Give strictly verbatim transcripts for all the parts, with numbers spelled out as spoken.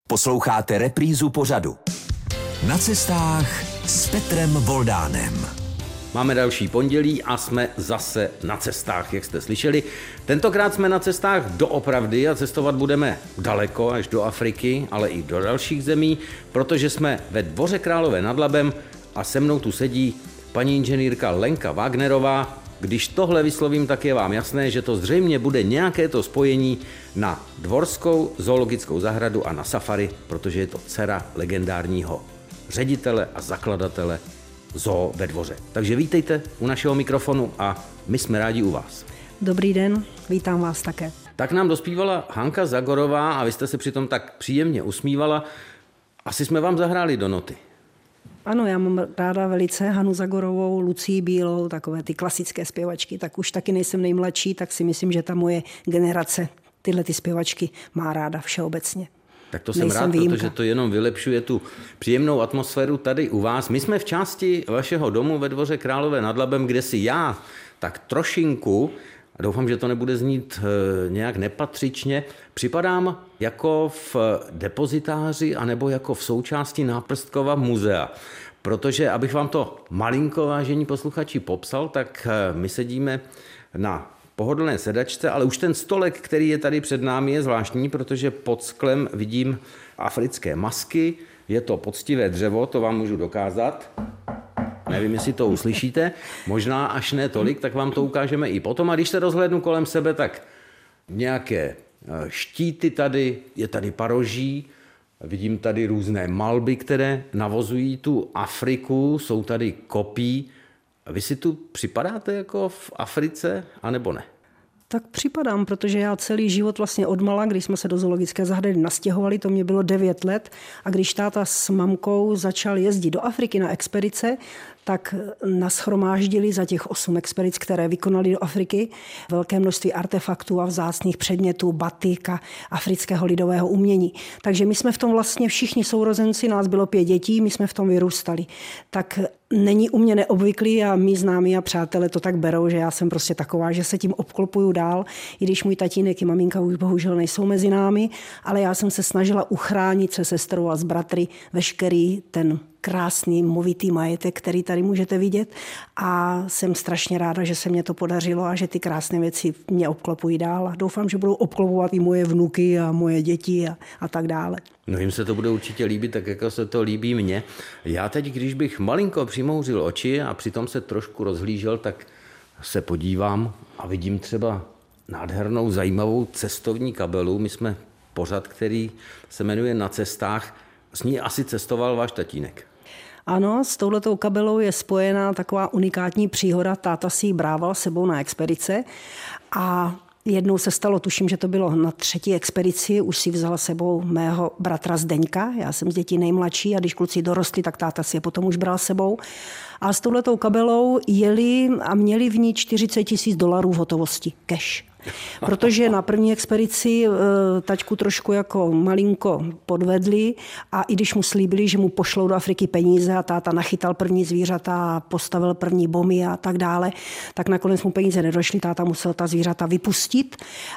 Posloucháte reprízu pořadu Na cestách s Petrem Voldánem. Máme další pondělí a jsme zase na cestách, jak jste slyšeli. Tentokrát jsme na cestách doopravdy a cestovat budeme daleko, až do Afriky, ale i do dalších zemí, protože jsme ve Dvoře Králové nad Labem a se mnou tu sedí paní inženýrka Lenka Wagnerová. Když tohle vyslovím, tak je vám jasné, že to zřejmě bude nějaké to spojení na Dvorskou zoologickou zahradu a na safari, protože je to dcera legendárního ředitele a zakladatele zoo ve Dvoře. Takže vítejte u našeho mikrofonu a my jsme rádi u vás. Dobrý den, vítám vás také. Tak nám dospívala Hanka Zagorová a vy jste se přitom tak příjemně usmívala. Asi jsme vám zahráli do noty. Ano, já mám ráda velice Hanu Zagorovou, Lucii Bílou, takové ty klasické zpěvačky, tak už taky nejsem nejmladší, tak si myslím, že ta moje generace tyhle ty zpěvačky má ráda všeobecně. Tak to jsem rád, výjimka. Protože to jenom vylepšuje tu příjemnou atmosféru tady u vás. My jsme v části vašeho domu ve Dvoře Králové nad Labem, kde si já tak trošinku, a doufám, že to nebude znít e, nějak nepatřičně, připadám jako v depozitáři anebo jako v součásti Náprstkova muzea. Protože, abych vám to malinko, vážení posluchači, popsal, tak my sedíme na pohodlné sedačce, ale už ten stolek, který je tady před námi, je zvláštní, protože pod sklem vidím africké masky, je to poctivé dřevo, to vám můžu dokázat. Nevím, jestli to uslyšíte, možná až ne tolik, tak vám to ukážeme i potom. A když se rozhlédnu kolem sebe, tak nějaké štíty tady, je tady paroží, vidím tady různé malby, které navozují tu Afriku, jsou tady kopí. Vy si tu připadáte jako v Africe, anebo ne? Tak připadám, protože já celý život vlastně odmala, když jsme se do zoologické zahrady nastěhovali, to mě bylo devět let a když táta s mamkou začal jezdit do Afriky na expedice, tak nashromáždili za těch osm expedic, které vykonali do Afriky, velké množství artefaktů a vzácných předmětů, batik a afrického lidového umění. Takže my jsme v tom vlastně všichni sourozenci, nás bylo pět dětí, my jsme v tom vyrůstali. Tak není u mě neobvyklý a mý známí a přátelé to tak berou, že já jsem prostě taková, že se tím obklopuju dál, i když můj tatínek i maminka už bohužel nejsou mezi námi, ale já jsem se snažila uchránit se sestrou a s bratry veškerý ten krásný, movitý majetek, který tady můžete vidět a jsem strašně ráda, že se mně to podařilo a že ty krásné věci mě obklopují dál a doufám, že budou obklopovat i moje vnuky a moje děti a, a tak dále. No jim se to bude určitě líbit, tak jako se to líbí mně. Já teď, když bych malinko přimouřil oči a přitom se trošku rozhlížel, tak se podívám a vidím třeba nádhernou, zajímavou cestovní kabelu. My jsme pořad, který se jmenuje Na cestách. S ní asi cestoval váš tatínek. Ano, s touhletou kabelou je spojená taková unikátní příhoda. Táta si ji brával sebou na expedice a jednou se stalo, tuším, že to bylo na třetí expedici, už si vzala sebou mého bratra Zdeňka, já jsem z dětí nejmladší a když kluci dorostli, tak táta si je potom už bral sebou. A s touhletou kabelou jeli a měli v ní čtyřicet tisíc dolarů v hotovosti, cash. Protože na první expedici taťku trošku jako malinko podvedli a i když mu slíbili, že mu pošlou do Afriky peníze a táta nachytal první zvířata a postavil první bomby a tak dále, tak nakonec mu peníze nedošly, táta musel ta zvířata vypustit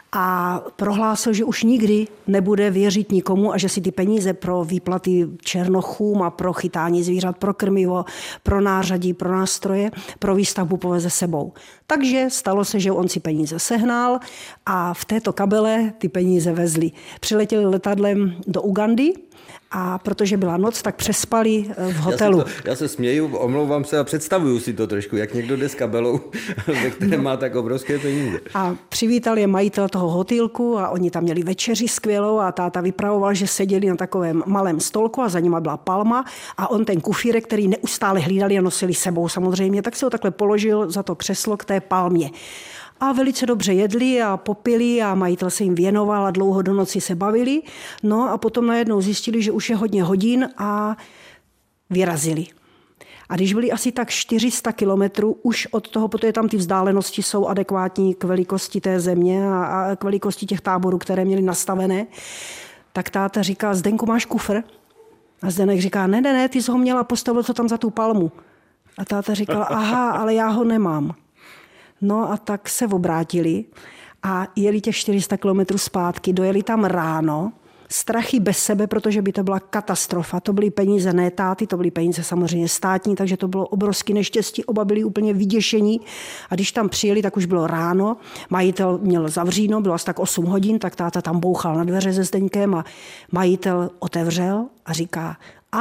a prohlásil, že už nikdy nebude věřit nikomu a že si ty peníze pro výplaty černochům a pro chytání zvířat, pro krmivo, pro nářadí, pro nástroje, pro výstavbu poveze sebou. Takže stalo se, že on si peníze sehnal a v této kabele ty peníze vezli. Přiletěli letadlem do Ugandy a protože byla noc, tak přespali v hotelu. Já, to, já se směju, omlouvám se a představuju si to trošku, jak někdo jde s kabelou, ve které no. má tak obrovské peníze. A přivítal je majitel toho hotýlku a oni tam měli večeři skvělou a táta vypravoval, že seděli na takovém malém stolku a za nima byla palma a on ten kufírek, který neustále hlídali a nosili sebou samozřejmě, tak si ho takhle položil za to křeslo k té palmě. A velice dobře jedli a popili a majitel se jim věnoval a dlouho do noci se bavili. No a potom najednou zjistili, že už je hodně hodin a vyrazili. A když byli asi tak čtyři sta kilometrů, už od toho, protože tam ty vzdálenosti jsou adekvátní k velikosti té země a, a k velikosti těch táborů, které měli nastavené, tak táta říká, Zdenku, máš kufr? A Zdenek říká, ne, ne, ne, ty jsi ho měla, postavil to tam za tu palmu. A táta říkal, aha, ale já ho nemám. No a tak se obrátili a jeli těch čtyři sta kilometrů zpátky, dojeli tam ráno, strachy bez sebe, protože by to byla katastrofa. To byly peníze ne táty, to byly peníze samozřejmě státní, takže to bylo obrovské neštěstí. Oba byli úplně vyděšení. A když tam přijeli, tak už bylo ráno. Majitel měl zavříno, bylo asi tak osm hodin, tak táta tam bouchal na dveře se Zdeňkem a majitel otevřel a říká: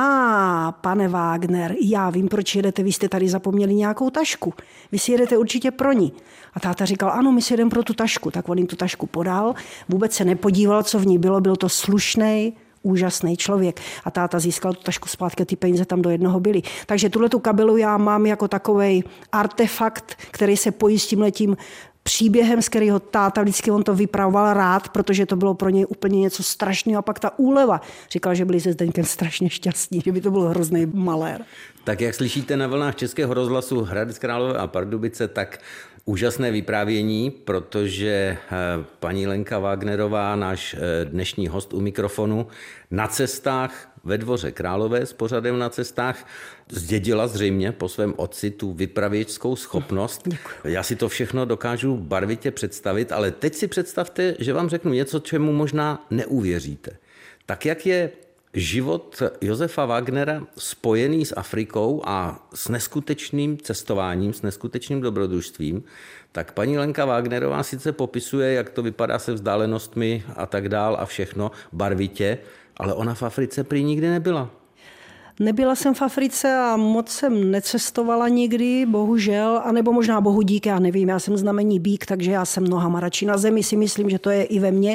A, pane Wagner, já vím, proč jedete, vy jste tady zapomněli nějakou tašku. Vy si jedete určitě pro ní. A táta říkal: ano, my si jedeme pro tu tašku. Tak on jim tu tašku podal, vůbec se nepodíval, co v ní bylo, byl to slušnej, úžasný člověk. A táta získal tu tašku zpátky, ty peníze tam do jednoho byly. Takže tuhle tu kabelu já mám jako takovej artefakt, který se pojí s tímhletím příběhem, z kterého táta vždycky on to vypravoval rád, protože to bylo pro něj úplně něco strašného. A pak ta úleva. Říkal, že byli se Zdeňkem strašně šťastní, že by to byl hrozný malér. Tak jak slyšíte na vlnách Českého rozhlasu Hradec Králové a Pardubice, tak úžasné vyprávění, protože paní Lenka Wagnerová, náš dnešní host u mikrofonu, na cestách ve Dvoře Králové s pořadem Na cestách zdědila zřejmě po svém otci tu vypravěčskou schopnost. Děkuji. Já si to všechno dokážu barvitě představit, ale teď si představte, že vám řeknu něco, čemu možná neuvěříte. Tak jak je život Josefa Wagnera spojený s Afrikou a s neskutečným cestováním, s neskutečným dobrodružstvím, tak paní Lenka Wagnerová sice popisuje, jak to vypadá se vzdálenostmi a tak dál a všechno barvitě, ale ona v Africe prý nikdy nebyla. Nebyla jsem v Africe a moc jsem necestovala nikdy, bohužel, anebo možná bohu dík, já nevím, já jsem znamení býk, takže já jsem nohama radši na zemi, si myslím, že to je i ve mně,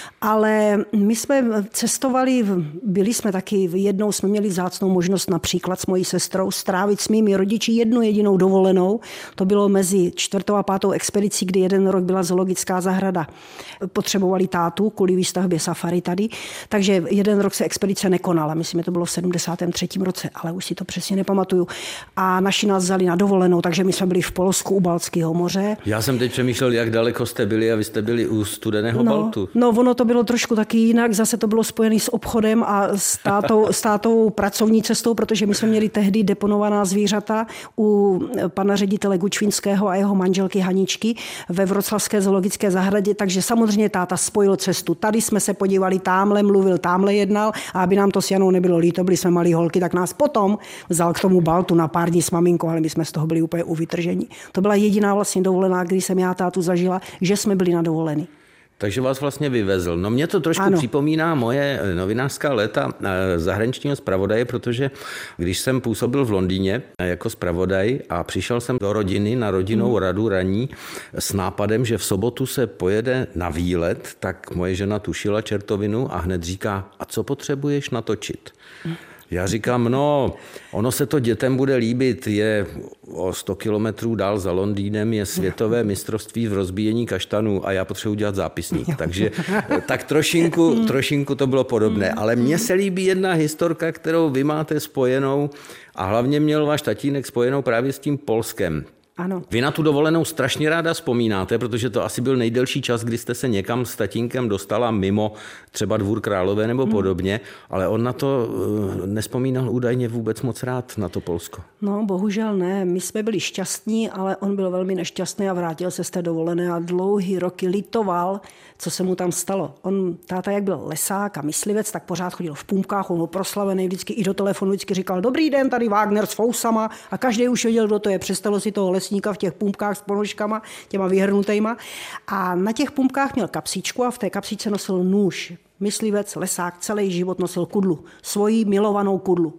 ale my jsme cestovali, byli jsme taky, jednou jsme měli vzácnou možnost například s mojí sestrou strávit s mými rodiči jednu jedinou dovolenou, to bylo mezi čtvrtou a pátou expedicí, kdy jeden rok byla zoologická zahrada, potřebovali tátu kvůli výstavbě safari tady, takže jeden rok se expedice nekonala, myslím, že to bylo v sedmdesátém třetím roce, ale už si to přesně nepamatuju. A naši nás vzali na dovolenou, takže my jsme byli v Polsku u Baltského moře. Já jsem teď přemýšlel, jak daleko jste byli a vy jste byli u studeného no, Baltu. No, ono to bylo trošku taky jinak, zase to bylo spojené s obchodem a s tátou, s tátou pracovní cestou, protože my jsme měli tehdy deponovaná zvířata u pana ředitele Gučvinského a jeho manželky Haničky ve Vroclavské zoologické zahradě, takže samozřejmě táta spojil cestu. Tady jsme se podívali, támhle mluvil, támhle jednal a aby nám to s Janou nebylo líto, byli jsme malí holky, tak nás potom vzal k tomu Baltu na pár dní s maminkou, ale my jsme z toho byli úplně uvytrženi. To byla jediná vlastně dovolená, kdy jsem já tátu zažila, že jsme byli na dovolený. Takže vás vlastně vyvezl. No mě to trošku ano. připomíná moje novinářská léta zahraničního zpravodaje, protože když jsem působil v Londýně jako zpravodaj a přišel jsem do rodiny na rodinnou hmm. radu raní s nápadem, že v sobotu se pojede na výlet, tak moje žena tušila čertovinu a hned říká: a co potřebuješ natočit? Hmm. Já říkám, no, ono se to dětem bude líbit, je o sto kilometrů dál za Londýnem, je světové mistrovství v rozbíjení kaštanů a já potřebuji dělat zápisník. Takže tak trošinku, trošinku to bylo podobné. Ale mně se líbí jedna historka, kterou vy máte spojenou a hlavně měl váš tatínek spojenou právě s tím Polskem. Ano. Vy na tu dovolenou strašně ráda vzpomínáte, protože to asi byl nejdelší čas, kdy jste se někam s tatínkem dostala mimo třeba Dvůr Králové nebo hmm. podobně, ale on na to nespomínal údajně vůbec moc rád, na to Polsko. No, bohužel ne. My jsme byli šťastní, ale on byl velmi nešťastný a vrátil se z té dovolené a dlouhý roky litoval, co se mu tam stalo. On, táta, jak byl lesák a myslivec, tak pořád chodil v pumpkách, on byl proslavený, vždycky i do telefonu vždycky říkal: dobrý den, tady Wagner s fousama, a každý už věděl, kdo to je. Přestalo si toho lesníka v těch pumpkách s ponožkama, těma vyhrnutejma. A na těch pumpkách měl kapsičku a v té kapsičce nosil nůž. Myslivec, lesák, celý život nosil kudlu, svoji milovanou kudlu.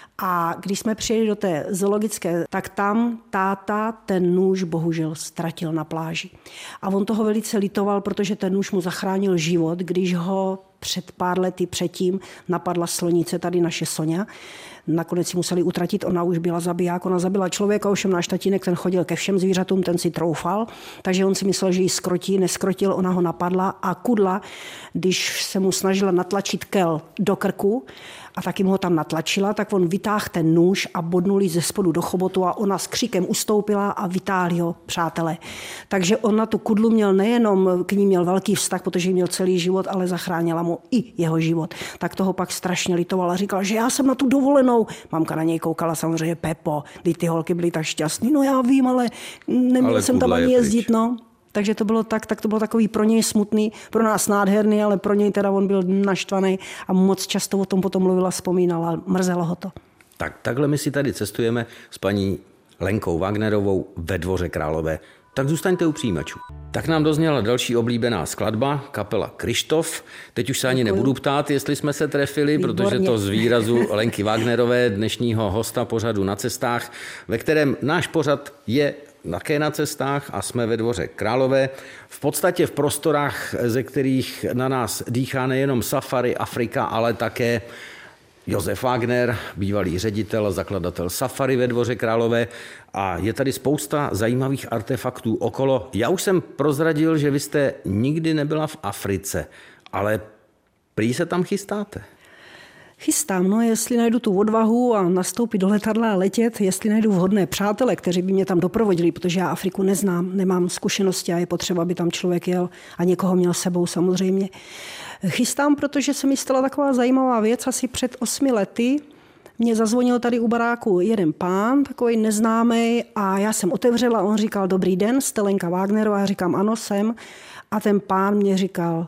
A když jsme přijeli do té zoologické, tak tam táta ten nůž bohužel ztratil na pláži. A on toho velice litoval, protože ten nůž mu zachránil život, když ho před pár lety předtím napadla slonice, tady naše Soňa. Nakonec si museli utratit, ona už byla zabiják, ona zabila člověka, ovšem náš tatínek, ten chodil ke všem zvířatům, ten si troufal, takže on si myslel, že ji skrotí, neskrotil, ona ho napadla a kudla, když se mu snažila natlačit kel do krku a taky mu ho tam natlačila, tak on vytáhl ten nůž a bodnul jí ze spodu do chobotu a ona s křikem ustoupila a vytáhli ho, přátelé. Takže on na tu kudlu měl nejenom, k ní měl velký vztah, protože měl celý život, ale zachránila mu i jeho život. Tak toho pak strašně litoval a říkal, že já jsem na tu dovolenou. Mamka na něj koukala, samozřejmě Pepo, kdy ty holky byly tak šťastný. No já vím, ale neměl ale jsem tam ani jezdit, no. Takže to bylo tak, tak to bylo takový pro něj smutný, pro nás nádherný, ale pro něj teda on byl naštvaný a moc často o tom potom mluvila, vzpomínala, mrzelo ho to. Tak takhle my si tady cestujeme s paní Lenkou Wagnerovou ve Dvoře Králové. Tak zůstaňte u přijímačů. Tak nám dozněla další oblíbená skladba, kapela Kryštof. Teď už se ani nebudu ptát, jestli jsme se trefili, Výborně. Protože to z výrazu Lenky Wagnerové, dnešního hosta pořadu Na cestách, ve kterém náš pořad je také na cestách a jsme ve Dvoře Králové. V podstatě v prostorách, ze kterých na nás dýchá nejenom safari, Afrika, ale také Josef Wagner, bývalý ředitel a zakladatel safari ve Dvoře Králové, a je tady spousta zajímavých artefaktů okolo. Já už jsem prozradil, že vy jste nikdy nebyla v Africe, ale prý se tam chystáte. Chystám, no, jestli najdu tu odvahu a nastoupit do letadla a letět, jestli najdu vhodné přátele, kteří by mě tam doprovodili, protože já Afriku neznám, nemám zkušenosti a je potřeba, aby tam člověk jel a někoho měl sebou samozřejmě. Chystám, protože se mi stala taková zajímavá věc. Asi před osmi lety mě zazvonil tady u baráku jeden pán, takový neznámý, a já jsem otevřela, on říkal: dobrý den, jste Lenka Wagnerová? Já říkám: ano, jsem. A ten pán mě říkal: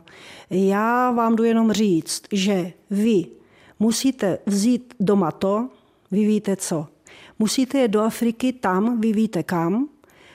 já vám jdu jenom říct, že vy musíte vzít doma to, vy víte co. Musíte jít do Afriky, tam, vy víte kam,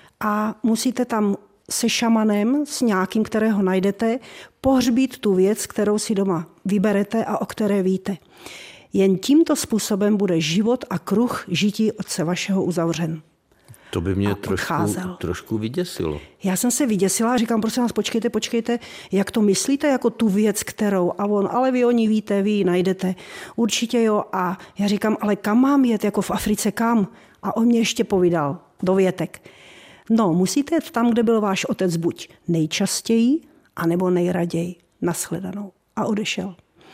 a musíte tam se šamanem, s nějakým, kterého najdete, pohřbít tu věc, kterou si doma vyberete a o které víte. Jen tímto způsobem bude život a kruh žití otce vašeho uzavřen. To by mě trošku, trošku vyděsilo. Já jsem se vyděsila a říkám: prosím vás, počkejte, počkejte, jak to myslíte jako tu věc, kterou? A on: ale vy o ní víte, vy ji najdete. Určitě jo. A já říkám: ale kam mám jet, jako v Africe, kam? A on mě ještě povídal do větek: no, musíte jet tam, kde byl váš otec buď nejčastěji, anebo nejraději. Nashledanou. A odešel.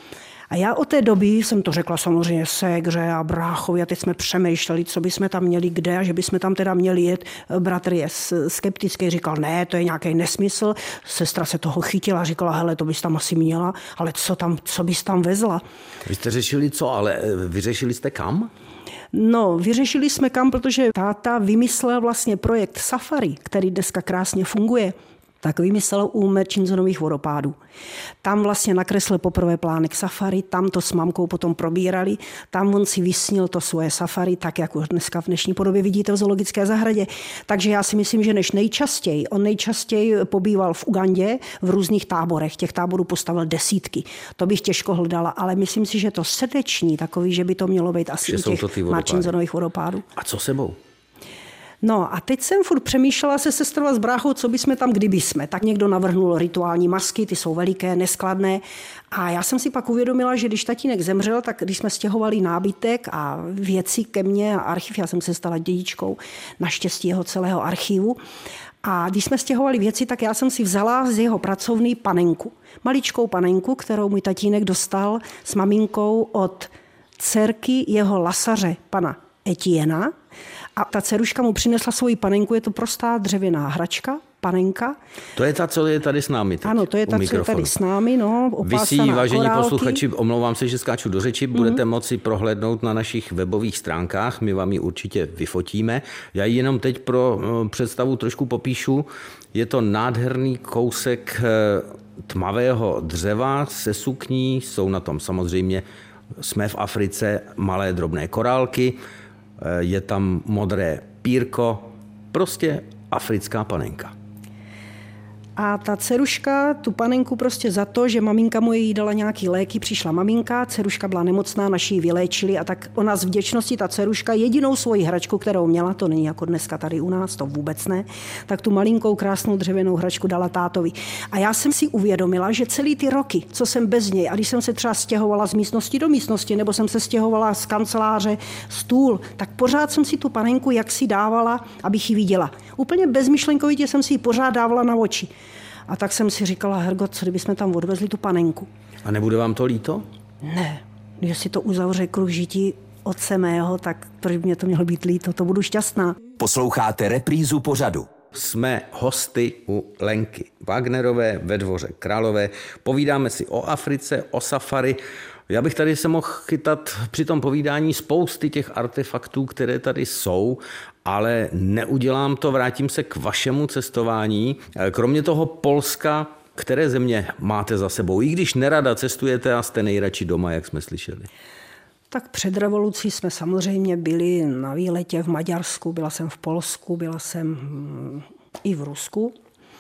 A já od té doby jsem to řekla samozřejmě ségře a bráchovi, a teď jsme přemýšleli, co bychom tam měli kde a že bychom tam teda měli jet. Bratr je skeptický, říkal: ne, to je nějaký nesmysl. Sestra se toho chytila, říkala: hele, to bys tam asi měla, ale co tam, co bys tam vezla? Vy jste řešili co, ale vyřešili jste kam? No, vyřešili jsme kam, protože táta vymyslel vlastně projekt Safari, který dneska krásně funguje. Tak vymyslel u Murchinsonových vodopádů. Tam vlastně nakreslil poprvé plánek safari, tam to s mamkou potom probírali, tam on si vysnil to svoje safari, tak jak už dneska v dnešní podobě vidíte v zoologické zahradě. Takže já si myslím, že než nejčastěji, on nejčastěji pobýval v Ugandě v různých táborech, těch táborů postavil desítky. To bych těžko hledala, ale myslím si, že to srdeční takový, že by to mělo být asi u těch Murchinsonových vodopádů. A co sebou? No a teď jsem furt přemýšlela se sestrou a s bráchou, co bychom tam, kdyby jsme. Tak někdo navrhnul rituální masky, ty jsou veliké, neskladné. A já jsem si pak uvědomila, že když tatínek zemřel, tak když jsme stěhovali nábytek a věci ke mně a archiv, já jsem se stala dědičkou naštěstí jeho celého archivu. A když jsme stěhovali věci, tak já jsem si vzala z jeho pracovny panenku. Maličkou panenku, kterou můj tatínek dostal s maminkou od dcerky jeho lasaře, pana Etiena. A ta dceruška mu přinesla svoji panenku, je to prostá dřevěná hračka, panenka. To je ta, co je tady s námi teď. Ano, to je ta, co je tady s námi. No, vy si, vážení korálky. Posluchači, omlouvám se, že skáču do řeči, mm-hmm. budete moci prohlédnout na našich webových stránkách, my vám ji určitě vyfotíme. Já ji jenom teď pro představu trošku popíšu. Je to nádherný kousek tmavého dřeva se sukní, jsou na tom samozřejmě, jsme v Africe, malé drobné korálky, je tam modré pírko, prostě africká panenka. A ta dceruška tu panenku prostě za to, že maminka mu jí dala nějaký léky, přišla maminka, dceruška byla nemocná, naši ji vyléčili, a tak ona z vděčnosti, ta dceruška, jedinou svoji hračku, kterou měla, to není jako dneska tady u nás, to vůbec ne, tak tu malinkou krásnou dřevěnou hračku dala tátovi. A já jsem si uvědomila, že celý ty roky, co jsem bez něj, a když jsem se třeba stěhovala z místnosti do místnosti, nebo jsem se stěhovala z kanceláře stůl, tak pořád jsem si tu panenku jaksi dávala, abych ji viděla. Úplně bezmyšlenkovitě jsem si ji pořád dávala na oči. A tak jsem si říkala: Hergot, co kdybychom tam odvezli tu panenku? A nebude vám to líto? Ne, když si to uzavře kruh žití otce mého, tak proč by mě to mělo být líto? To budu šťastná. Posloucháte reprízu pořadu. Jsme hosty u Lenky Wagnerové ve Dvoře Králové. Povídáme si o Africe, o safari. Já bych tady se mohl chytat při tom povídání spousty těch artefaktů, které tady jsou, ale neudělám to, vrátím se k vašemu cestování. Kromě toho Polska, které země máte za sebou? I když nerada cestujete a jste nejradši doma, jak jsme slyšeli. Tak před revolucí jsme samozřejmě byli na výletě v Maďarsku, byla jsem v Polsku, byla jsem i v Rusku.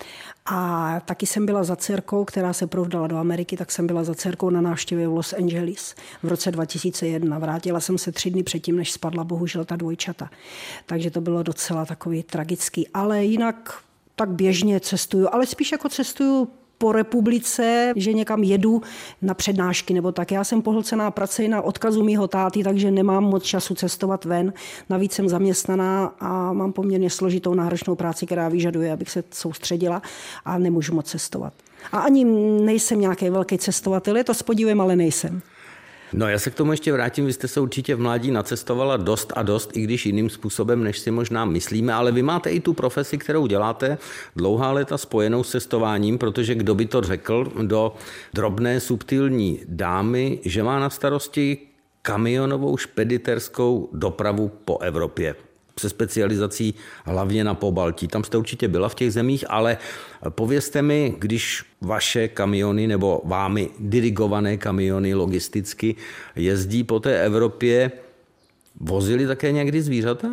A taky jsem byla za dcerkou, která se provdala do Ameriky, tak jsem byla za dcerkou na návštěvě v Los Angeles v roce dva tisíce jedna. Vrátila jsem se tři dny předtím, než spadla bohužel ta dvojčata. Takže to bylo docela takový tragický. Ale jinak tak běžně cestuju, ale spíš jako cestuju po republice, že někam jedu na přednášky nebo tak. Já jsem pohlcená prací na odkazu mýho táty, takže nemám moc času cestovat ven. Navíc jsem zaměstnaná a mám poměrně složitou náročnou práci, která vyžaduje, abych se soustředila a nemůžu moc cestovat. A ani nejsem nějaký velký cestovatel, je to s podívem, ale nejsem. No já se k tomu ještě vrátím, vy jste se určitě v mládí nacestovala dost a dost, i když jiným způsobem, než si možná myslíme, ale vy máte i tu profesi, kterou děláte dlouhá léta spojenou s cestováním, protože kdo by to řekl do drobné subtilní dámy, že má na starosti kamionovou špediterskou dopravu po Evropě. Se specializací hlavně na Pobaltí. Tam jste určitě byla v těch zemích, ale povězte mi, když vaše kamiony nebo vámi dirigované kamiony logisticky jezdí po té Evropě, vozili také někdy zvířata?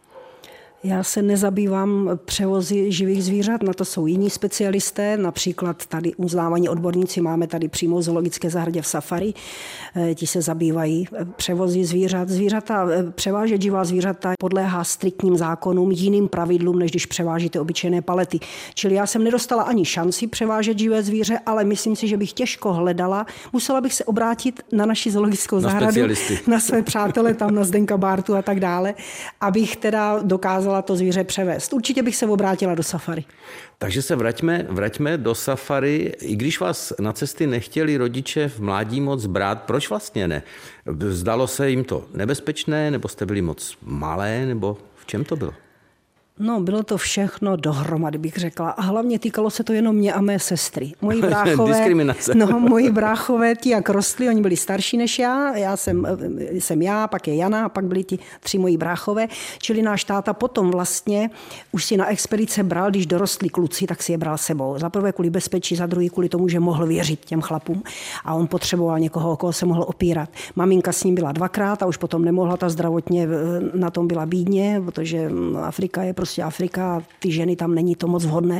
Já se nezabývám převozy živých zvířat, na to jsou jiní specialisté, například tady uznávaní odborníci máme tady přímo v zoologické zahradě v Safari, ti se zabývají převozy zvířat. Zvířata, převážet živá zvířata podléhá striktním zákonům, jiným pravidlům, než když převážíte obyčejné palety. Čili já jsem nedostala ani šanci převážet živé zvíře, ale myslím si, že bych těžko hledala. Musela bych se obrátit na naši zoologickou zahradu, na své přátele, tam na Zdenka Bártu a tak dále, abych teda dokázala to zvíře převést. Určitě bych se obrátila do Safari. Takže se vraťme, vraťme do Safari. I když vás na cesty nechtěli rodiče v mládí moc brát, proč vlastně ne? Zdalo se jim to nebezpečné, nebo jste byli moc malé, nebo v čem to bylo? No, bylo to všechno dohromady, bych řekla. A hlavně týkalo se to jenom mě a mé sestry. Moji bráchové, diskriminace. No, moji bráchové, ti jak rostli, oni byli starší než já, já jsem, jsem já, pak je Jana, a pak byli ti tři moji bráchové. Čili náš táta potom vlastně už si na expedice bral, když dorostli kluci, tak si je bral sebou. Za prvé kvůli bezpečí, za druhý kvůli tomu, že mohl věřit těm chlapům a on potřeboval někoho, o koho se mohl opírat. Maminka s ním byla dvakrát a už potom nemohla, ta zdravotně na tom byla bídně, protože Afrika je prostě Afrika, ty ženy tam není to moc vhodné.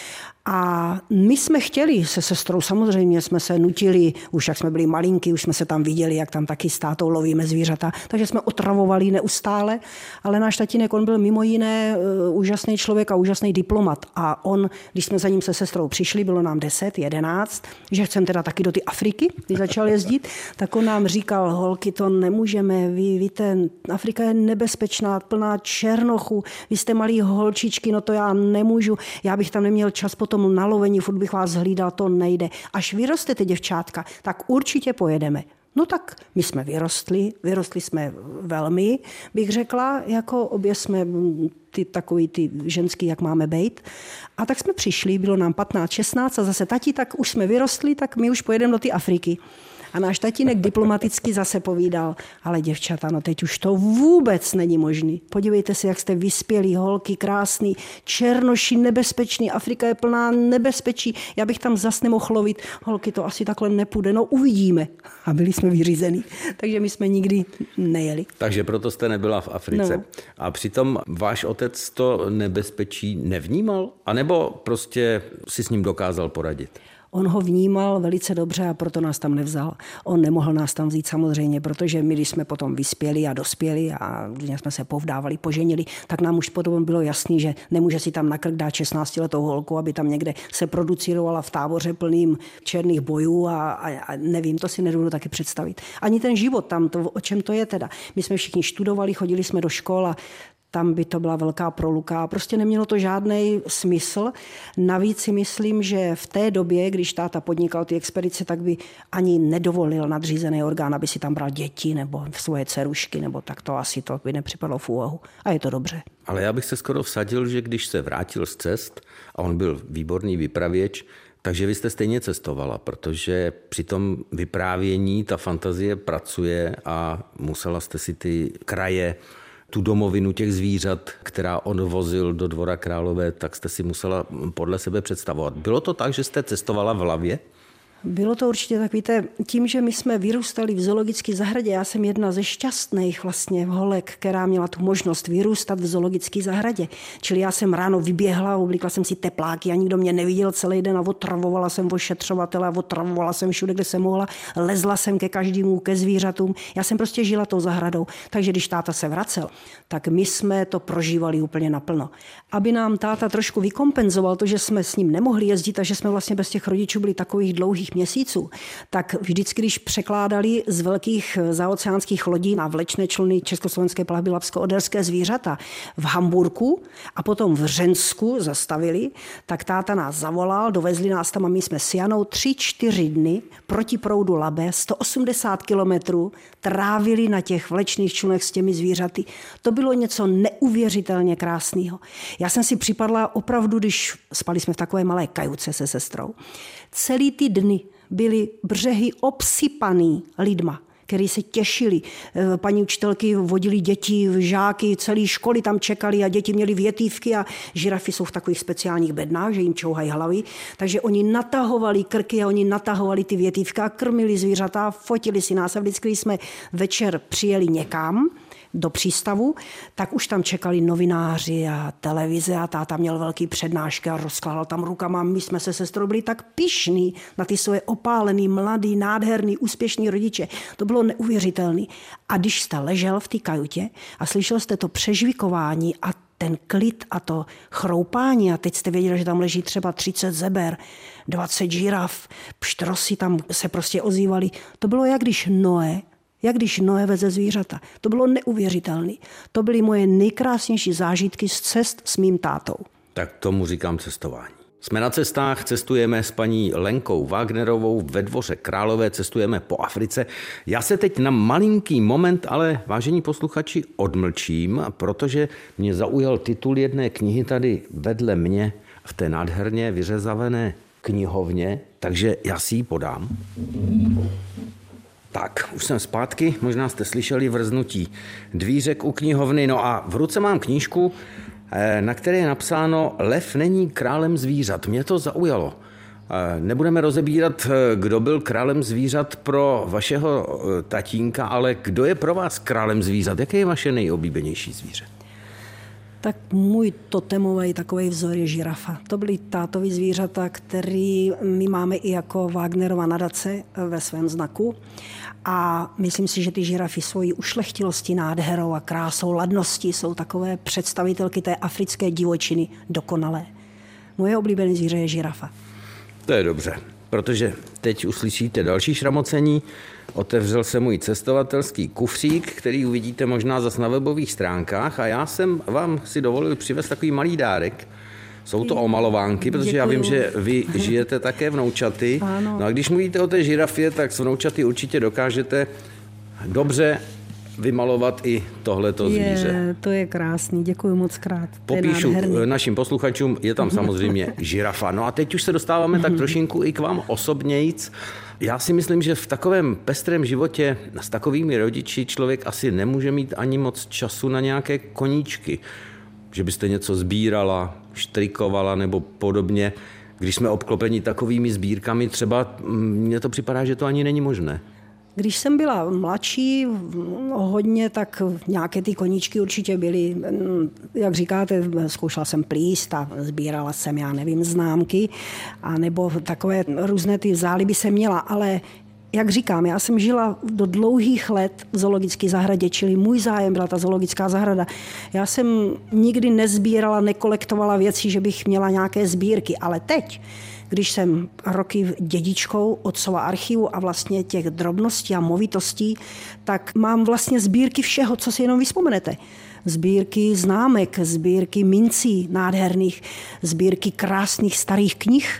A my jsme chtěli se sestrou, samozřejmě jsme se nutili, už jak jsme byli malinky, už jsme se tam viděli, jak tam taky s tátou lovíme zvířata, takže jsme otravovali neustále, ale náš tatínek, on byl mimo jiné uh, úžasný člověk a úžasný diplomat. A on, když jsme za ním se sestrou přišli, bylo nám deset, jedenáct, že chcem teda taky do ty Afriky, když začal jezdit, tak on nám říkal, holky, to nemůžeme, vy víte, Afrika je nebezpečná, plná černochů, vy jste malí holčičky, no to já nemůžu, já bych tam neměl čas potom na lovení, furt bych vás hlídal, to nejde. Až vyrostete, děvčátka, tak určitě pojedeme. No tak my jsme vyrostli, vyrostli jsme velmi, bych řekla, jako obě jsme ty takový ty ženský, jak máme bejt. A tak jsme přišli, bylo nám patnáct, šestnáct a zase tati, tak už jsme vyrostli, tak my už pojedeme do ty Afriky. A náš tatínek diplomaticky zase povídal, ale děvčata, no teď už to vůbec není možný. Podívejte se, jak jste vyspělí, holky, krásný, černoši, nebezpečný, Afrika je plná nebezpečí, já bych tam zas nemohl lovit, holky, to asi takhle nepůjde, no uvidíme. A byli jsme vyřízení, takže my jsme nikdy nejeli. Takže proto jste nebyla v Africe. No. A přitom váš otec to nebezpečí nevnímal? A nebo prostě si s ním dokázal poradit? On ho vnímal velice dobře a proto nás tam nevzal. On nemohl nás tam vzít samozřejmě, protože my, když jsme potom vyspěli a dospěli a jsme se povdávali, poženili, tak nám už potom bylo jasný, že nemůže si tam na krk dát šestnáctiletou holku, aby tam někde se producirovala v táboře plným černých bojů a, a, a nevím, to si nedovedu taky představit. Ani ten život tam, to, o čem to je teda. My jsme všichni studovali, chodili jsme do škol a tam by to byla velká proluka. Prostě nemělo to žádný smysl. Navíc si myslím, že v té době, když táta podnikal ty expedice, tak by ani nedovolil nadřízený orgán, aby si tam bral děti nebo svoje dcerušky, nebo tak to asi to by nepřipadlo v úvahu. A je to dobře. Ale já bych se skoro vsadil, že když se vrátil z cest a on byl výborný vypravěč, Takže vy jste stejně cestovala, protože při tom vyprávění ta fantazie pracuje a musela jste si ty kraje, tu domovinu těch zvířat, která on vozil do Dvora Králové, tak jste si musela podle sebe představovat. Bylo to tak, že jste cestovala v hlavě? Bylo to určitě tak, víte, tím, že my jsme vyrůstali v zoologické zahradě, já jsem jedna ze šťastných vlastně holek, která měla tu možnost vyrůstat v zoologické zahradě. Čili já jsem ráno vyběhla, oblíkla jsem si tepláky a nikdo mě neviděl celý den a otravovala jsem ošetřovatele a otravovala jsem všude, kde jsem mohla, lezla jsem ke každému, ke zvířatům. Já jsem prostě žila tou zahradou, takže když táta se vracel, tak my jsme to prožívali úplně naplno. Aby nám táta trošku vykompenzoval to, že jsme s ním nemohli jezdit a že jsme vlastně bez těch rodičů byli takových dlouhých měsíců, tak vždycky, když překládali z velkých zaoceánských lodí na vlečné čluny Československé plavby labsko-oderské zvířata v Hamburku a potom v Řensku zastavili, tak táta nás zavolal, dovezli nás tam a my jsme s Janou tři, čtyři dny proti proudu Labe, sto osmdesát kilometrů, trávili na těch vlečných člunech s těmi zvířaty. To bylo něco neuvěřitelně krásného. Já jsem si připadla opravdu, když spali jsme v takové malé kajuce se sestrou, celý ty dny byly břehy obsypaný lidma, kteří se těšili. Paní učitelky vodili děti, žáky, celé školy tam čekali a děti měly větívky a žirafy jsou v takových speciálních bednách, že jim čouhají hlavy. Takže oni natahovali krky a oni natahovali ty větívky a krmili zvířata, fotili si nás a vždycky, když jsme večer přijeli někam, do přístavu, tak už tam čekali novináři a televize a táta měl velký přednášky a rozkládal tam rukama. My jsme se sestrou byli tak pyšní na ty svoje opálený, mladý, nádherný, úspěšný rodiče. To bylo neuvěřitelné. A když jste ležel v té kajutě a slyšel jste to přežvikování a ten klid a to chroupání a teď jste věděli, že tam leží třeba třicet zeber, dvacet žiraf, pštrosy tam se prostě ozývali. To bylo jak když Noé Jak když Noé veze zvířata. To bylo neuvěřitelné. To byly moje nejkrásnější zážitky z cest s mým tátou. Tak tomu říkám cestování. Jsme na cestách, cestujeme s paní Lenkou Wagnerovou ve Dvoře Králové, cestujeme po Africe. Já se teď na malinký moment, ale vážení posluchači, odmlčím, protože mě zaujal titul jedné knihy tady vedle mě v té nádherně vyřezavené knihovně, takže já si ji podám. Tak, už jsem zpátky, možná jste slyšeli vrznutí dvířek u knihovny, no a v ruce mám knížku, na které je napsáno Lev není králem zvířat. Mě to zaujalo. Nebudeme rozebírat, kdo byl králem zvířat pro vašeho tatínka, ale kdo je pro vás králem zvířat? Jaké je vaše nejoblíbenější zvíře? Tak můj totemový takový vzor je žirafa. To byly tátovy zvířata, který my máme i jako Wagnerova nadace ve svém znaku. A myslím si, že ty žirafy svojí ušlechtilostí, nádherou a krásou, ladností jsou takové představitelky té africké divočiny dokonalé. Moje oblíbené zvíře je žirafa. To je dobře, protože teď uslyšíte další šramocení. Otevřel se můj cestovatelský kufřík, který uvidíte možná zas na webových stránkách a já jsem vám si dovolil přivést takový malý dárek. Jsou to omalovánky, protože Děkuju. Já vím, že vy žijete také v Noučaty. Ano. No a když mluvíte o té žirafě, tak s Noučaty určitě dokážete dobře vymalovat i tohleto zvíře. Je, to je krásný, děkuji moc krát. Popíšu našim posluchačům, je tam samozřejmě žirafa. No a teď už se dostáváme tak trošinku i k vám osobnějc. Já si myslím, že v takovém pestrém životě s takovými rodiči člověk asi nemůže mít ani moc času na nějaké koníčky. Že byste něco sbírala, štrikovala nebo podobně. Když jsme obklopeni takovými sbírkami, třeba mně to připadá, že to ani není možné. Když jsem byla mladší, hodně, tak nějaké ty koníčky určitě byly, jak říkáte, zkoušela jsem plíst a sbírala jsem, já nevím, známky, a nebo takové různé ty záliby jsem měla, ale jak říkám, já jsem žila do dlouhých let v zoologické zahradě, čili můj zájem byla ta zoologická zahrada. Já jsem nikdy nezbírala, nekolektovala věci, že bych měla nějaké sbírky, ale teď, když jsem roky dědičkou otcova archivu a vlastně těch drobností a movitostí, tak mám vlastně sbírky všeho, co si jenom vyspomenete. Sbírky známek, sbírky mincí nádherných, sbírky krásných starých knih,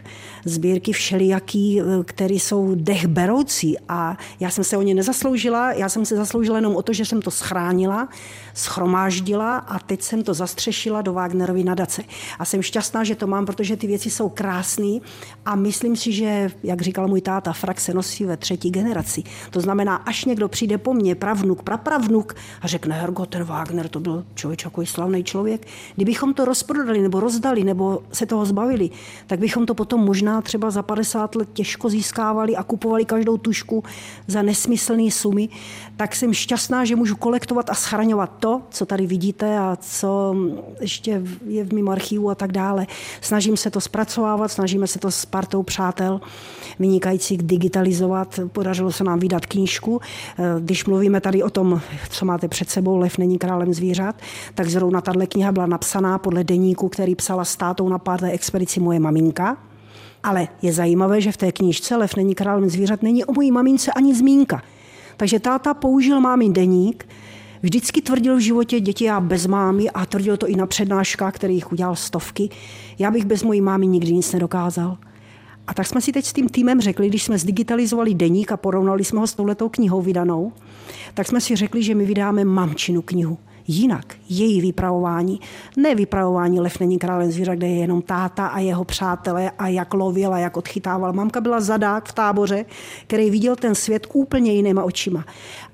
sbírky všelijaký, které jsou dechberoucí a já jsem se o ně nezasloužila, já jsem se zasloužila jenom o to, že jsem to schránila, schromáždila a teď jsem to zastřešila do Wagnerovy nadace. A jsem šťastná, že to mám, protože ty věci jsou krásné a myslím si, že, jak říkal můj táta, frak se nosí ve třetí generaci. To znamená, až někdo přijde po mně, pravnuk, prapravnuk a řekne, Hergo, ten Wagner, to byl člověk, jako slavný člověk. Kdybychom to rozprodali nebo rozdali nebo se toho zbavili, tak bychom to potom možná třeba za padesát let těžko získávali a kupovali každou tušku za nesmyslné sumy. Tak jsem šťastná, že můžu kolektovat a schraňovat to, co tady vidíte a co ještě je v mém archivu a tak dále. Snažím se to zpracovávat, snažíme se to s partou přátel vynikajících digitalizovat. Podařilo se nám vydat knížku. Když mluvíme tady o tom, co máte před sebou, Lev není králem zvířat, tak zrovna tato kniha byla napsaná podle deníku, který psala s tátou na páté expedici moje maminka. Ale je zajímavé, že v té knížce Lev není králem zvířat není o mojí mamince ani zmínka. Takže táta použil mámin deník, vždycky tvrdil v životě, děti já bez mámy, a tvrdil to i na přednáškách, kterých udělal stovky. Já bych bez mojí mámy nikdy nic nedokázal. A tak jsme si teď s tím týmem řekli, když jsme zdigitalizovali deník a porovnali jsme ho s touhletou knihou vydanou, tak jsme si řekli, že my vydáme mamčinu knihu. Jinak její vypravování, ne vypravování Lev není králem zvířat, kde je jenom táta a jeho přátelé a jak lovil a jak odchytával. Mamka byla zadák v táboře, který viděl ten svět úplně jinýma očima.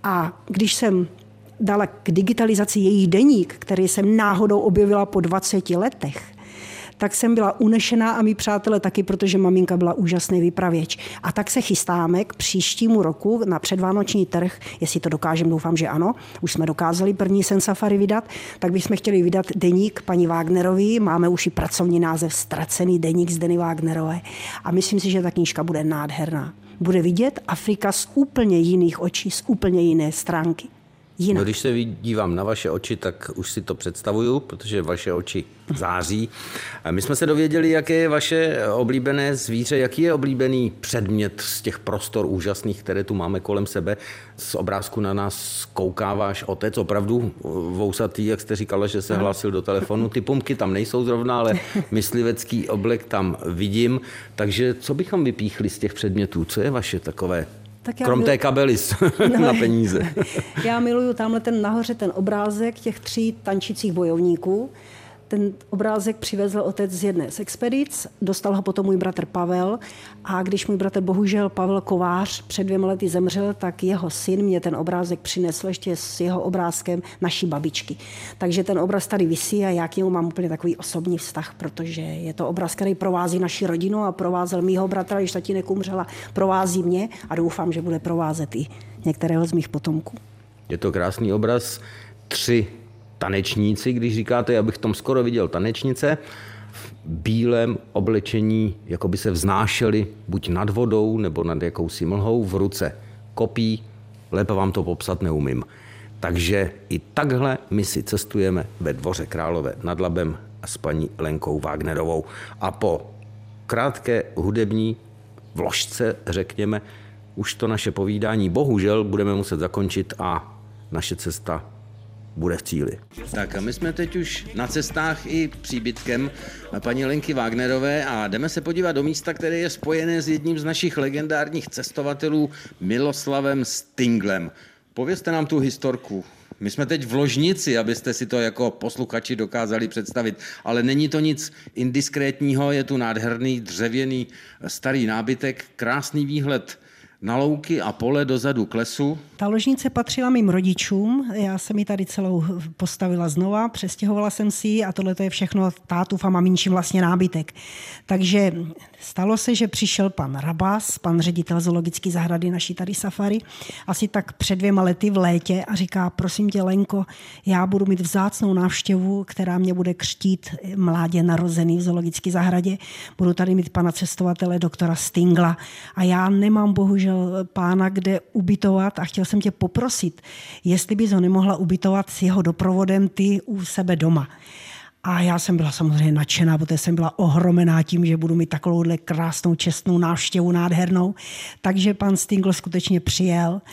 A když jsem dala k digitalizaci její deník, který jsem náhodou objevila po dvaceti letech, tak jsem byla unešená a mý přátelé taky, protože maminka byla úžasný vypravěč. A tak se chystáme k příštímu roku na předvánoční trh, jestli to dokážeme, doufám, že ano, už jsme dokázali první Sen Safari vydat, tak bychom chtěli vydat deník paní Wagnerový, máme už i pracovní název Ztracený deník Zdeny Wagnerové a myslím si, že ta knížka bude nádherná. Bude vidět Afrika z úplně jiných očí, z úplně jiné stránky. Jinak. No, když se dívám na vaše oči, tak už si to představuju, protože vaše oči září. My jsme se dověděli, jaké je vaše oblíbené zvíře, jaký je oblíbený předmět z těch prostor úžasných, které tu máme kolem sebe. Z obrázku na nás kouká váš otec, opravdu vousatý, jak jste říkala, že se hlásil do telefonu. Ty pumky tam nejsou zrovna, ale myslivecký oblek tam vidím. Takže co bychom vypíchli z těch předmětů? Co je vaše takové? Krom té kabely no, na peníze. Já miluju tamhle ten nahoře ten obrázek těch tří tančících bojovníků. Ten obrázek přivezl otec z jedné z expedic, dostal ho potom můj bratr Pavel a když můj bratr bohužel Pavel Kovář před dvěma lety zemřel, tak jeho syn mě ten obrázek přinesl ještě s jeho obrázkem naší babičky. Takže ten obraz tady visí a já k němu mám úplně takový osobní vztah, protože je to obraz, který provází naši rodinu a provázel mýho bratra, když tatínek umřela, provází mě a doufám, že bude provázet i některého z mých potomků. Je to krásný obraz. Tři tanečníci, když říkáte, já bych tom skoro viděl tanečnice, v bílém oblečení, jako by se vznášeli buď nad vodou, nebo nad jakousi mlhou, v ruce kopí, lépe vám to popsat neumím. Takže i takhle my si cestujeme ve Dvoře Králové nad Labem a s paní Lenkou Wagnerovou. A po krátké hudební vložce, řekněme, už to naše povídání bohužel budeme muset zakončit a naše cesta bude v cíli. Tak a my jsme teď už na cestách i příbytkem paní Lenky Wagnerové a jdeme se podívat do místa, které je spojené s jedním z našich legendárních cestovatelů Miloslavem Stinglem. Povězte nám tu historku. My jsme teď v ložnici, abyste si to jako posluchači dokázali představit, ale není to nic indiskrétního, je tu nádherný dřevěný starý nábytek, krásný výhled na louky a pole dozadu k lesu. Ta ložnice patřila mým rodičům, já jsem ji tady celou postavila znova, přestěhovala jsem si ji a tohle je všechno tátův a maminčím vlastně nábytek. Takže stalo se, že přišel pan Rabas, pan ředitel zoologické zahrady naší tady safari, asi tak před dvěma lety v létě a říká, prosím tě Lenko, já budu mít vzácnou návštěvu, která mě bude křtít mládě narozený v zoologické zahradě, budu tady mít pana cestovatele doktora Stingla a já nemám bohužel pána kde ubytovat a chtěl jsem tě poprosit, jestli bys ho nemohla ubytovat s jeho doprovodem ty u sebe doma. A já jsem byla samozřejmě nadšená, protože jsem byla ohromená tím, že budu mít takovouhle krásnou čestnou návštěvu nádhernou. Takže pan Stingl skutečně přijel.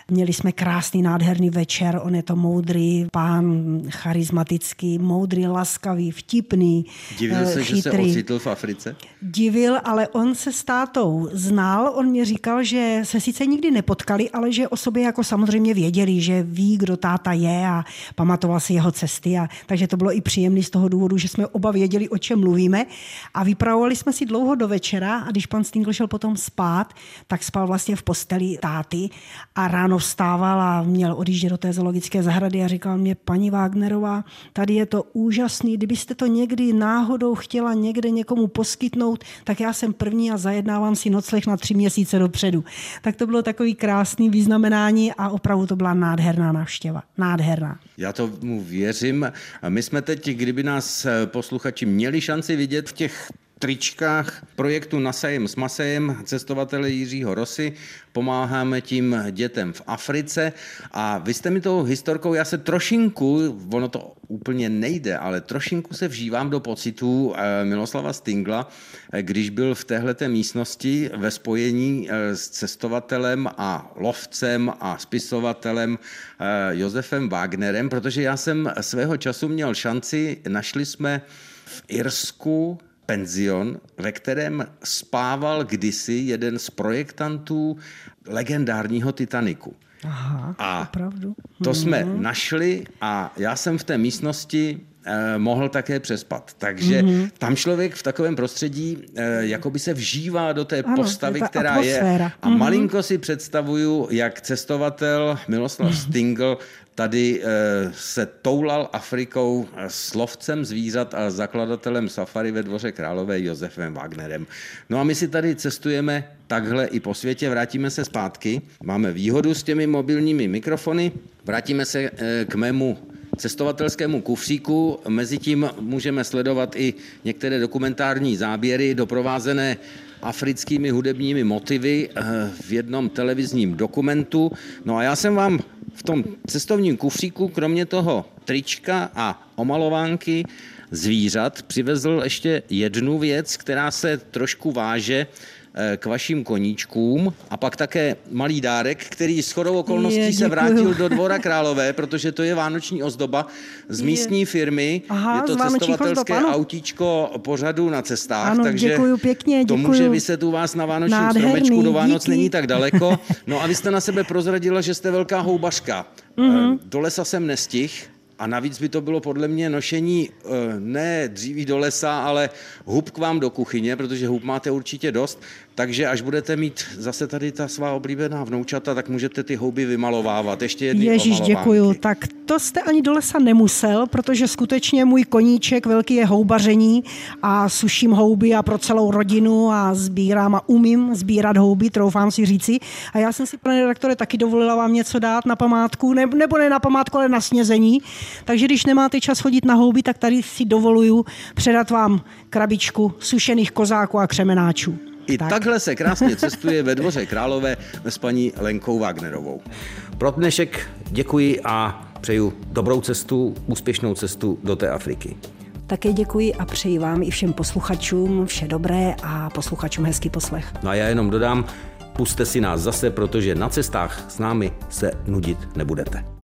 Měli jsme krásný, nádherný večer, on je to moudrý pán, charismatický, moudrý, laskavý, vtipný, Divil se, chytrý. Že se ocitl v Africe? Divil, ale on se s tátou znal, on mě říkal, že se sice nikdy nepotkali, ale že o sobě jako samozřejmě věděli, že ví, kdo táta je a pamatoval si jeho cesty. A, takže to bylo i příjemné z toho důvodu, že jsme oba věděli, o čem mluvíme. A vypravovali jsme si dlouho do večera a když pan Stingl šel potom spát, tak spal vlastně v posteli táty a ráno vstával a měl odjíždět do té zoologické zahrady a říkal mě, paní Wagnerová, tady je to úžasný, kdybyste to někdy náhodou chtěla někde někomu poskytnout, tak já jsem první a zajednávám si nocleh na tři měsíce dopředu. Tak to bylo takový krásný vyznamenání a opravdu to byla nádherná návštěva. Nádherná. Já tomu věřím. My jsme teď, kdyby nás posluchači měli šanci vidět v těch tričkách projektu Nasajem s Masajem cestovatele Jiřího Rosy. Pomáháme tím dětem v Africe a vy jste mi tou historkou, já se trošinku, ono to úplně nejde, ale trošinku se vžívám do pocitů Miloslava Stingla, když byl v téhleté místnosti ve spojení s cestovatelem a lovcem a spisovatelem Josefem Wagnerem, protože já jsem svého času měl šanci, našli jsme v Irsku penzion, ve kterém spával kdysi jeden z projektantů legendárního Titaniku. Aha, a opravdu. To jsme mm-hmm. našli a já jsem v té místnosti eh, mohl také přespat. Takže mm-hmm. tam člověk v takovém prostředí eh, jakoby se vžívá do té ano, postavy, je která atmosféra. je. A mm-hmm. malinko si představuju, jak cestovatel Miloslav mm-hmm. Stingl tady eh, se toulal Afrikou s lovcem zvířat a zakladatelem safari ve Dvoře Králové Josefem Wagnerem. No a my si tady cestujeme takhle i po světě, vrátíme se zpátky. Máme výhodu s těmi mobilními mikrofony, vrátíme se eh, k mému cestovatelskému kufříku. Mezitím můžeme sledovat i některé dokumentární záběry doprovázené africkými hudebními motivy v jednom televizním dokumentu. No a já jsem vám v tom cestovním kufříku, kromě toho trička a omalovánky zvířat, přivezl ještě jednu věc, která se trošku váže k vašim koníčkům a pak také malý dárek, který shodou okolností je, se vrátil do Dvora Králové, protože to je vánoční ozdoba z místní firmy. Aha, je to cestovatelské ozdob, autíčko pořadu Na cestách, ano, takže děkuju pěkně, to může vyset u vás na vánočním Nádherný, stromečku, do Vánoc díky. Není tak daleko. No a vy jste na sebe prozradila, že jste velká houbařka. Mm-hmm. Do lesa jsem nestihl. A navíc by to bylo podle mě nošení ne dříví do lesa, ale hub k vám do kuchyně, protože hub máte určitě dost. Takže až budete mít zase tady ta svá oblíbená vnoučata, tak můžete ty houby vymalovávat. Ještě jedny Ježíš, děkuju. Tak to jste ani do lesa nemusel, protože skutečně můj koníček velký je houbaření a suším houby a pro celou rodinu a sbírám a umím sbírat houby, troufám si říci. A já jsem si, pane redaktore, taky dovolila vám něco dát na památku, ne, nebo ne na památku, ale na snězení. Takže když nemáte čas chodit na houby, tak tady si dovoluju předat vám krabičku sušených kozáků a křemenáčů. I tak. Takhle se krásně cestuje ve Dvoře Králové s paní Lenkou Wagnerovou. Pro dnešek děkuji a přeju dobrou cestu, úspěšnou cestu do té Afriky. Také děkuji a přeji vám i všem posluchačům vše dobré a posluchačům hezký poslech. No a já jenom dodám, pusťte si nás zase, protože na cestách s námi se nudit nebudete.